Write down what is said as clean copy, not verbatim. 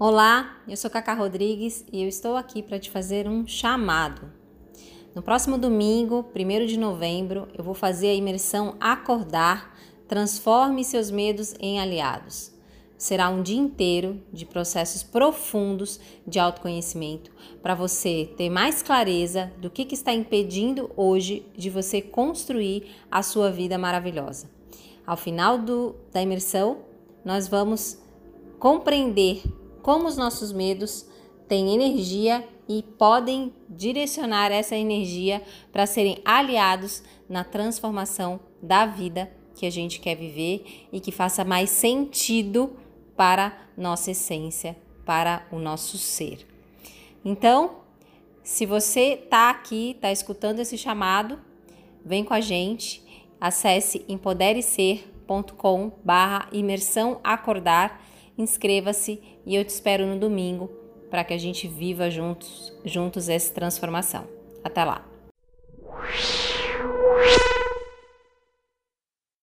Olá, eu sou Cacá Rodrigues e eu estou aqui para te fazer um chamado. No próximo domingo, 1º de novembro, eu vou fazer a imersão Acordar, Transforme seus medos em aliados. Será um dia inteiro de processos profundos de autoconhecimento para você ter mais clareza do que está impedindo hoje de você construir a sua vida maravilhosa. Ao final da imersão, nós vamos compreender como os nossos medos têm energia e podem direcionar essa energia para serem aliados na transformação da vida que a gente quer viver e que faça mais sentido para nossa essência, para o nosso ser. Então, se você está aqui, está escutando esse chamado, vem com a gente, acesse empoderecer.com/imersão acordar, inscreva-se e eu te espero no domingo para que a gente viva juntos essa transformação. Até lá!